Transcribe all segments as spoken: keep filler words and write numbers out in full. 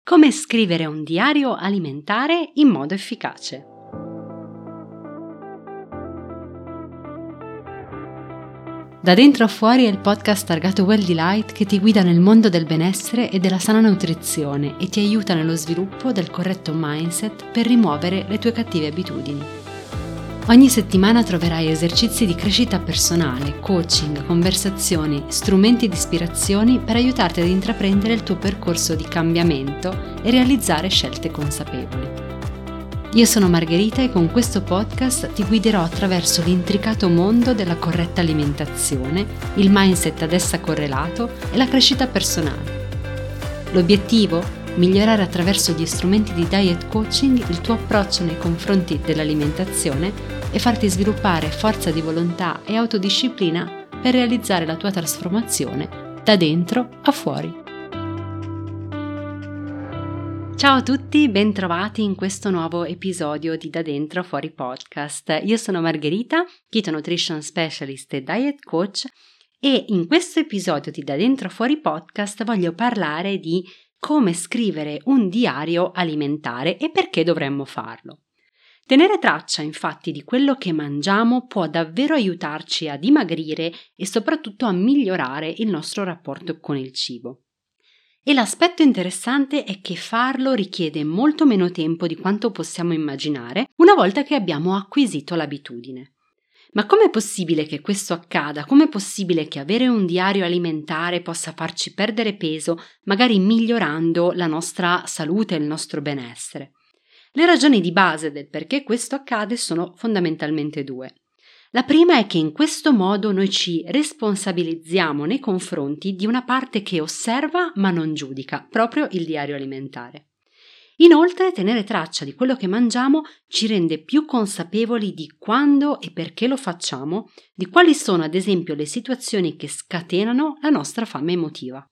Come scrivere un diario alimentare in modo efficace. Da dentro a fuori è il podcast targato Well Delight che ti guida nel mondo del benessere e della sana nutrizione e ti aiuta nello sviluppo del corretto mindset per rimuovere le tue cattive abitudini. Ogni settimana troverai esercizi di crescita personale, coaching, conversazioni, strumenti di ispirazione per aiutarti ad intraprendere il tuo percorso di cambiamento e realizzare scelte consapevoli. Io sono Margherita e con questo podcast ti guiderò attraverso l'intricato mondo della corretta alimentazione, il mindset ad essa correlato e la crescita personale. L'obiettivo? Migliorare attraverso gli strumenti di diet coaching il tuo approccio nei confronti dell'alimentazione e farti sviluppare forza di volontà e autodisciplina per realizzare la tua trasformazione da dentro a fuori. Ciao a tutti, bentrovati in questo nuovo episodio di Da Dentro a Fuori podcast. Io sono Margherita, Keto Nutrition Specialist e Diet Coach e in questo episodio di Da Dentro a Fuori podcast voglio parlare di come scrivere un diario alimentare e perché dovremmo farlo. Tenere traccia infatti di quello che mangiamo può davvero aiutarci a dimagrire e soprattutto a migliorare il nostro rapporto con il cibo. E l'aspetto interessante è che farlo richiede molto meno tempo di quanto possiamo immaginare una volta che abbiamo acquisito l'abitudine. Ma com'è possibile che questo accada? Com'è possibile che avere un diario alimentare possa farci perdere peso, magari migliorando la nostra salute e il nostro benessere? Le ragioni di base del perché questo accade sono fondamentalmente due. La prima è che in questo modo noi ci responsabilizziamo nei confronti di una parte che osserva ma non giudica, proprio il diario alimentare. Inoltre, tenere traccia di quello che mangiamo ci rende più consapevoli di quando e perché lo facciamo, di quali sono ad esempio le situazioni che scatenano la nostra fame emotiva.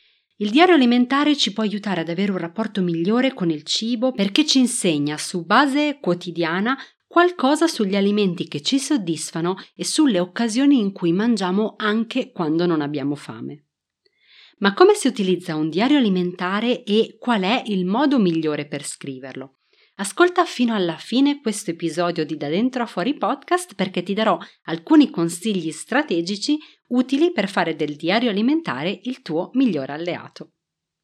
Il diario alimentare ci può aiutare ad avere un rapporto migliore con il cibo perché ci insegna su base quotidiana qualcosa sugli alimenti che ci soddisfano e sulle occasioni in cui mangiamo anche quando non abbiamo fame. Ma come si utilizza un diario alimentare e qual è il modo migliore per scriverlo? Ascolta fino alla fine questo episodio di Da Dentro a Fuori podcast perché ti darò alcuni consigli strategici utili per fare del diario alimentare il tuo migliore alleato.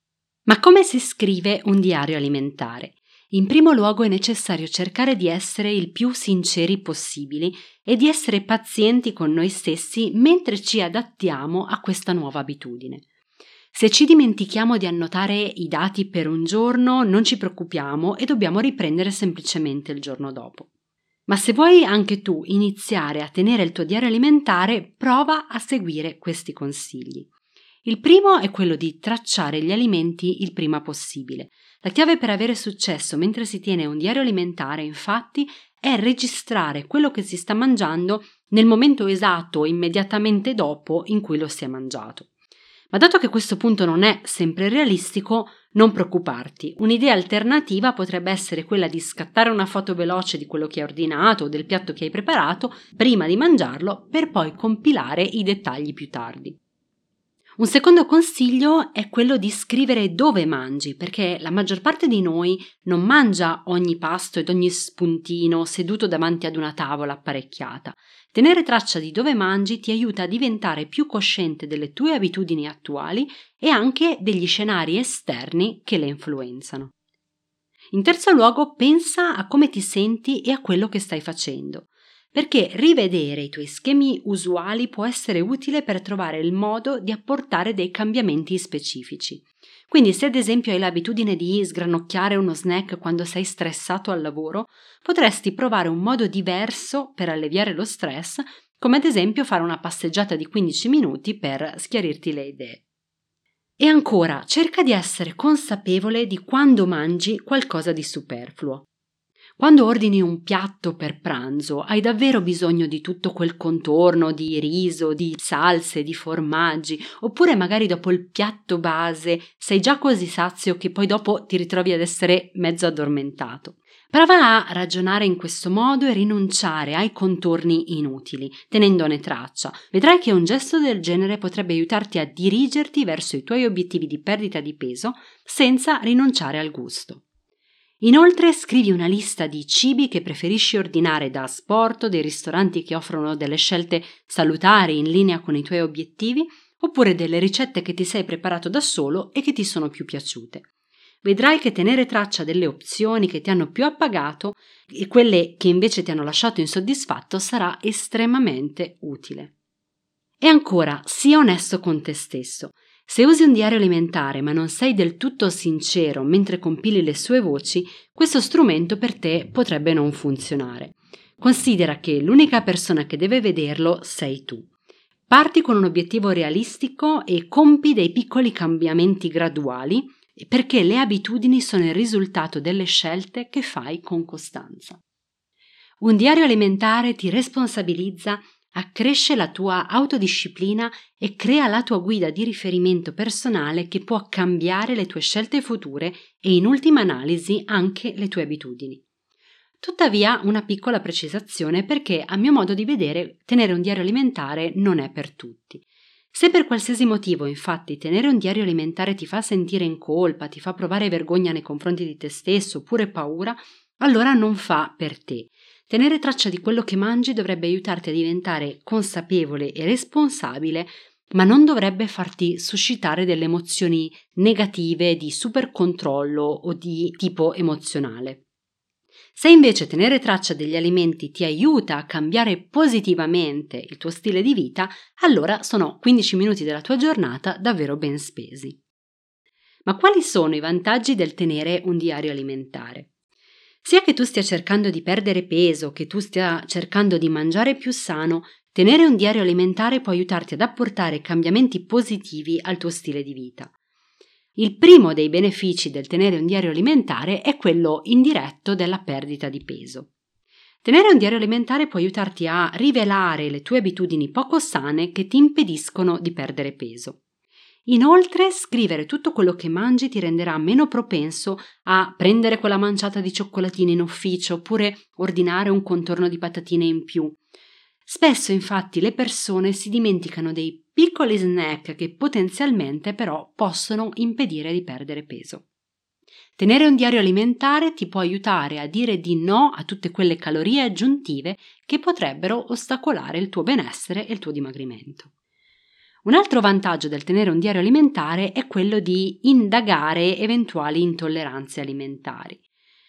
Ma come si scrive un diario alimentare? In primo luogo è necessario cercare di essere il più sinceri possibili e di essere pazienti con noi stessi mentre ci adattiamo a questa nuova abitudine. Se ci dimentichiamo di annotare i dati per un giorno, non ci preoccupiamo e dobbiamo riprendere semplicemente il giorno dopo. Ma se vuoi anche tu iniziare a tenere il tuo diario alimentare, prova a seguire questi consigli. Il primo è quello di tracciare gli alimenti il prima possibile. La chiave per avere successo mentre si tiene un diario alimentare, infatti, è registrare quello che si sta mangiando nel momento esatto o immediatamente dopo in cui lo si è mangiato. Ma dato che questo punto non è sempre realistico, non preoccuparti. Un'idea alternativa potrebbe essere quella di scattare una foto veloce di quello che hai ordinato o del piatto che hai preparato prima di mangiarlo per poi compilare i dettagli più tardi. Un secondo consiglio è quello di scrivere dove mangi, perché la maggior parte di noi non mangia ogni pasto ed ogni spuntino seduto davanti ad una tavola apparecchiata. Tenere traccia di dove mangi ti aiuta a diventare più cosciente delle tue abitudini attuali e anche degli scenari esterni che le influenzano. In terzo luogo, pensa a come ti senti e a quello che stai facendo, perché rivedere i tuoi schemi usuali può essere utile per trovare il modo di apportare dei cambiamenti specifici. Quindi se ad esempio hai l'abitudine di sgranocchiare uno snack quando sei stressato al lavoro, potresti provare un modo diverso per alleviare lo stress, come ad esempio fare una passeggiata di quindici minuti per schiarirti le idee. E ancora, cerca di essere consapevole di quando mangi qualcosa di superfluo. Quando ordini un piatto per pranzo, hai davvero bisogno di tutto quel contorno di riso, di salse, di formaggi, oppure magari dopo il piatto base sei già così sazio che poi dopo ti ritrovi ad essere mezzo addormentato. Prova a ragionare in questo modo e rinunciare ai contorni inutili, tenendone traccia. Vedrai che un gesto del genere potrebbe aiutarti a dirigerti verso i tuoi obiettivi di perdita di peso senza rinunciare al gusto. Inoltre scrivi una lista di cibi che preferisci ordinare da asporto, dei ristoranti che offrono delle scelte salutari in linea con i tuoi obiettivi, oppure delle ricette che ti sei preparato da solo e che ti sono più piaciute. Vedrai che tenere traccia delle opzioni che ti hanno più appagato e quelle che invece ti hanno lasciato insoddisfatto sarà estremamente utile. E ancora, sii onesto con te stesso. Se usi un diario alimentare ma non sei del tutto sincero mentre compili le sue voci, questo strumento per te potrebbe non funzionare. Considera che l'unica persona che deve vederlo sei tu. Parti con un obiettivo realistico e compi dei piccoli cambiamenti graduali, perché le abitudini sono il risultato delle scelte che fai con costanza. Un diario alimentare ti responsabilizza, accresce la tua autodisciplina e crea la tua guida di riferimento personale che può cambiare le tue scelte future e in ultima analisi anche le tue abitudini. Tuttavia, una piccola precisazione perché a mio modo di vedere tenere un diario alimentare non è per tutti. Se per qualsiasi motivo, infatti, tenere un diario alimentare ti fa sentire in colpa, ti fa provare vergogna nei confronti di te stesso oppure paura, allora non fa per te. Tenere traccia di quello che mangi dovrebbe aiutarti a diventare consapevole e responsabile, ma non dovrebbe farti suscitare delle emozioni negative di supercontrollo o di tipo emozionale. Se invece tenere traccia degli alimenti ti aiuta a cambiare positivamente il tuo stile di vita, allora sono quindici minuti della tua giornata davvero ben spesi. Ma quali sono i vantaggi del tenere un diario alimentare? Sia che tu stia cercando di perdere peso, che tu stia cercando di mangiare più sano, tenere un diario alimentare può aiutarti ad apportare cambiamenti positivi al tuo stile di vita. Il primo dei benefici del tenere un diario alimentare è quello indiretto della perdita di peso. Tenere un diario alimentare può aiutarti a rivelare le tue abitudini poco sane che ti impediscono di perdere peso. Inoltre, scrivere tutto quello che mangi ti renderà meno propenso a prendere quella manciata di cioccolatini in ufficio oppure ordinare un contorno di patatine in più. Spesso, infatti, le persone si dimenticano dei piccoli snack che potenzialmente però possono impedire di perdere peso. Tenere un diario alimentare ti può aiutare a dire di no a tutte quelle calorie aggiuntive che potrebbero ostacolare il tuo benessere e il tuo dimagrimento. Un altro vantaggio del tenere un diario alimentare è quello di indagare eventuali intolleranze alimentari.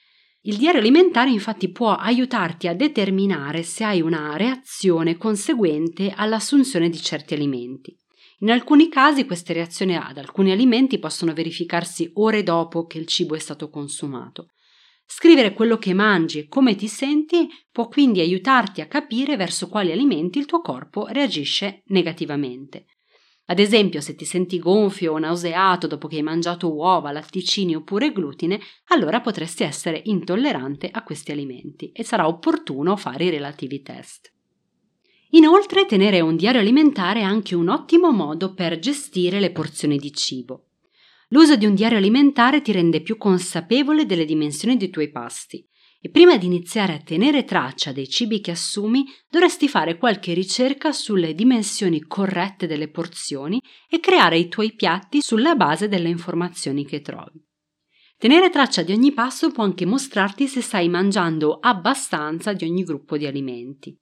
Il diario alimentare infatti può aiutarti a determinare se hai una reazione conseguente all'assunzione di certi alimenti. In alcuni casi queste reazioni ad alcuni alimenti possono verificarsi ore dopo che il cibo è stato consumato. Scrivere quello che mangi e come ti senti può quindi aiutarti a capire verso quali alimenti il tuo corpo reagisce negativamente. Ad esempio, se ti senti gonfio o nauseato dopo che hai mangiato uova, latticini oppure glutine, allora potresti essere intollerante a questi alimenti e sarà opportuno fare i relativi test. Inoltre, tenere un diario alimentare è anche un ottimo modo per gestire le porzioni di cibo. L'uso di un diario alimentare ti rende più consapevole delle dimensioni dei tuoi pasti. E prima di iniziare a tenere traccia dei cibi che assumi, dovresti fare qualche ricerca sulle dimensioni corrette delle porzioni e creare i tuoi piatti sulla base delle informazioni che trovi. Tenere traccia di ogni passo può anche mostrarti se stai mangiando abbastanza di ogni gruppo di alimenti.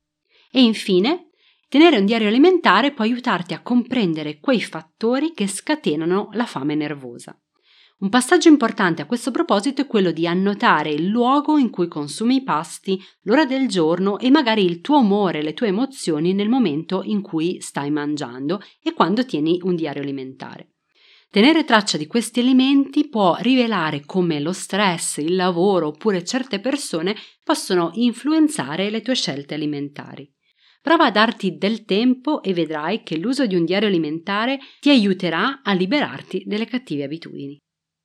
E infine, tenere un diario alimentare può aiutarti a comprendere quei fattori che scatenano la fame nervosa. Un passaggio importante a questo proposito è quello di annotare il luogo in cui consumi i pasti, l'ora del giorno e magari il tuo umore, le tue emozioni nel momento in cui stai mangiando e quando tieni un diario alimentare. Tenere traccia di questi elementi può rivelare come lo stress, il lavoro oppure certe persone possono influenzare le tue scelte alimentari. Prova a darti del tempo e vedrai che l'uso di un diario alimentare ti aiuterà a liberarti delle cattive abitudini.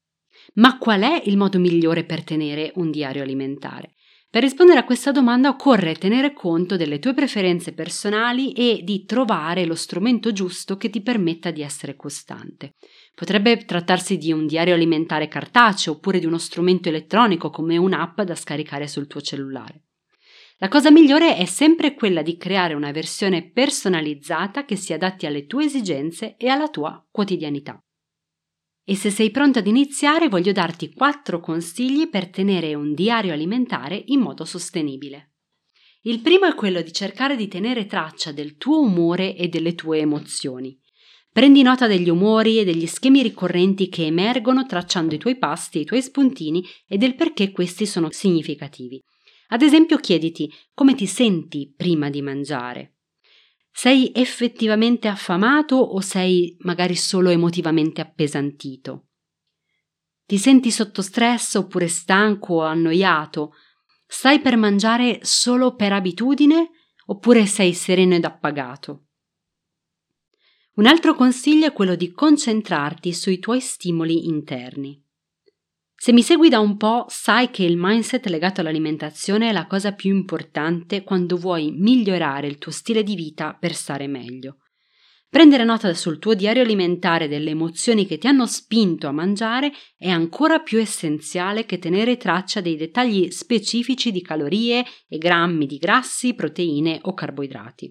Ma qual è il modo migliore per tenere un diario alimentare? Per rispondere a questa domanda occorre tenere conto delle tue preferenze personali e di trovare lo strumento giusto che ti permetta di essere costante. Potrebbe trattarsi di un diario alimentare cartaceo oppure di uno strumento elettronico come un'app da scaricare sul tuo cellulare. La cosa migliore è sempre quella di creare una versione personalizzata che si adatti alle tue esigenze e alla tua quotidianità. E se sei pronto ad iniziare, voglio darti quattro consigli per tenere un diario alimentare in modo sostenibile. Il primo è quello di cercare di tenere traccia del tuo umore e delle tue emozioni. Prendi nota degli umori e degli schemi ricorrenti che emergono tracciando i tuoi pasti e i tuoi spuntini e del perché questi sono significativi. Ad esempio, chiediti come ti senti prima di mangiare. Sei effettivamente affamato o sei magari solo emotivamente appesantito? Ti senti sotto stress oppure stanco o annoiato? Stai per mangiare solo per abitudine oppure sei sereno ed appagato? Un altro consiglio è quello di concentrarti sui tuoi stimoli interni. Se mi segui da un po', sai che il mindset legato all'alimentazione è la cosa più importante quando vuoi migliorare il tuo stile di vita per stare meglio. Prendere nota sul tuo diario alimentare delle emozioni che ti hanno spinto a mangiare è ancora più essenziale che tenere traccia dei dettagli specifici di calorie e grammi di grassi, proteine o carboidrati.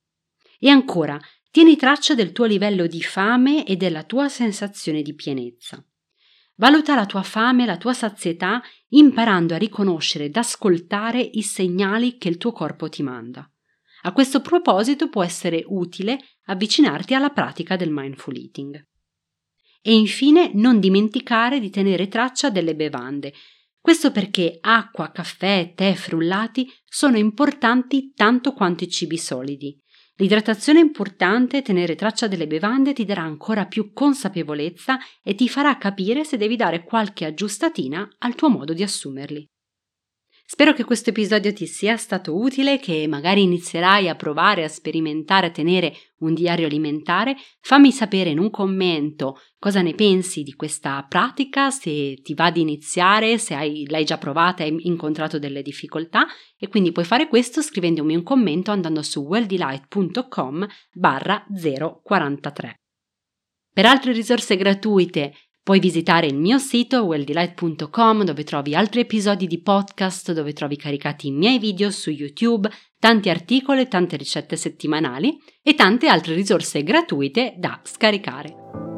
E ancora, tieni traccia del tuo livello di fame e della tua sensazione di pienezza. Valuta la tua fame e la tua sazietà imparando a riconoscere ed ascoltare i segnali che il tuo corpo ti manda. A questo proposito può essere utile avvicinarti alla pratica del mindful eating. E infine non dimenticare di tenere traccia delle bevande. Questo perché acqua, caffè, tè, frullati sono importanti tanto quanto i cibi solidi. L'idratazione è importante e tenere traccia delle bevande ti darà ancora più consapevolezza e ti farà capire se devi dare qualche aggiustatina al tuo modo di assumerli. Spero che questo episodio ti sia stato utile, che magari inizierai a provare a sperimentare a tenere un diario alimentare. Fammi sapere in un commento cosa ne pensi di questa pratica, se ti va di iniziare, se hai, l'hai già provata e hai incontrato delle difficoltà, e quindi puoi fare questo scrivendomi un commento andando su welldelight punto com barra zero quarantatré. Per altre risorse gratuite puoi visitare il mio sito welldelight punto com, dove trovi altri episodi di podcast, dove trovi caricati i miei video su YouTube, tanti articoli, tante ricette settimanali e tante altre risorse gratuite da scaricare.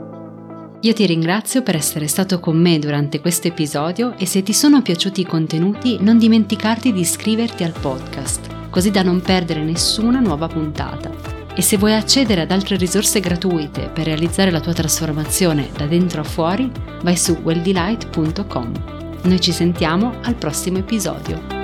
Io ti ringrazio per essere stato con me durante questo episodio e se ti sono piaciuti i contenuti non dimenticarti di iscriverti al podcast, così da non perdere nessuna nuova puntata. E se vuoi accedere ad altre risorse gratuite per realizzare la tua trasformazione da dentro a fuori, vai su welldelight punto com. Noi ci sentiamo al prossimo episodio.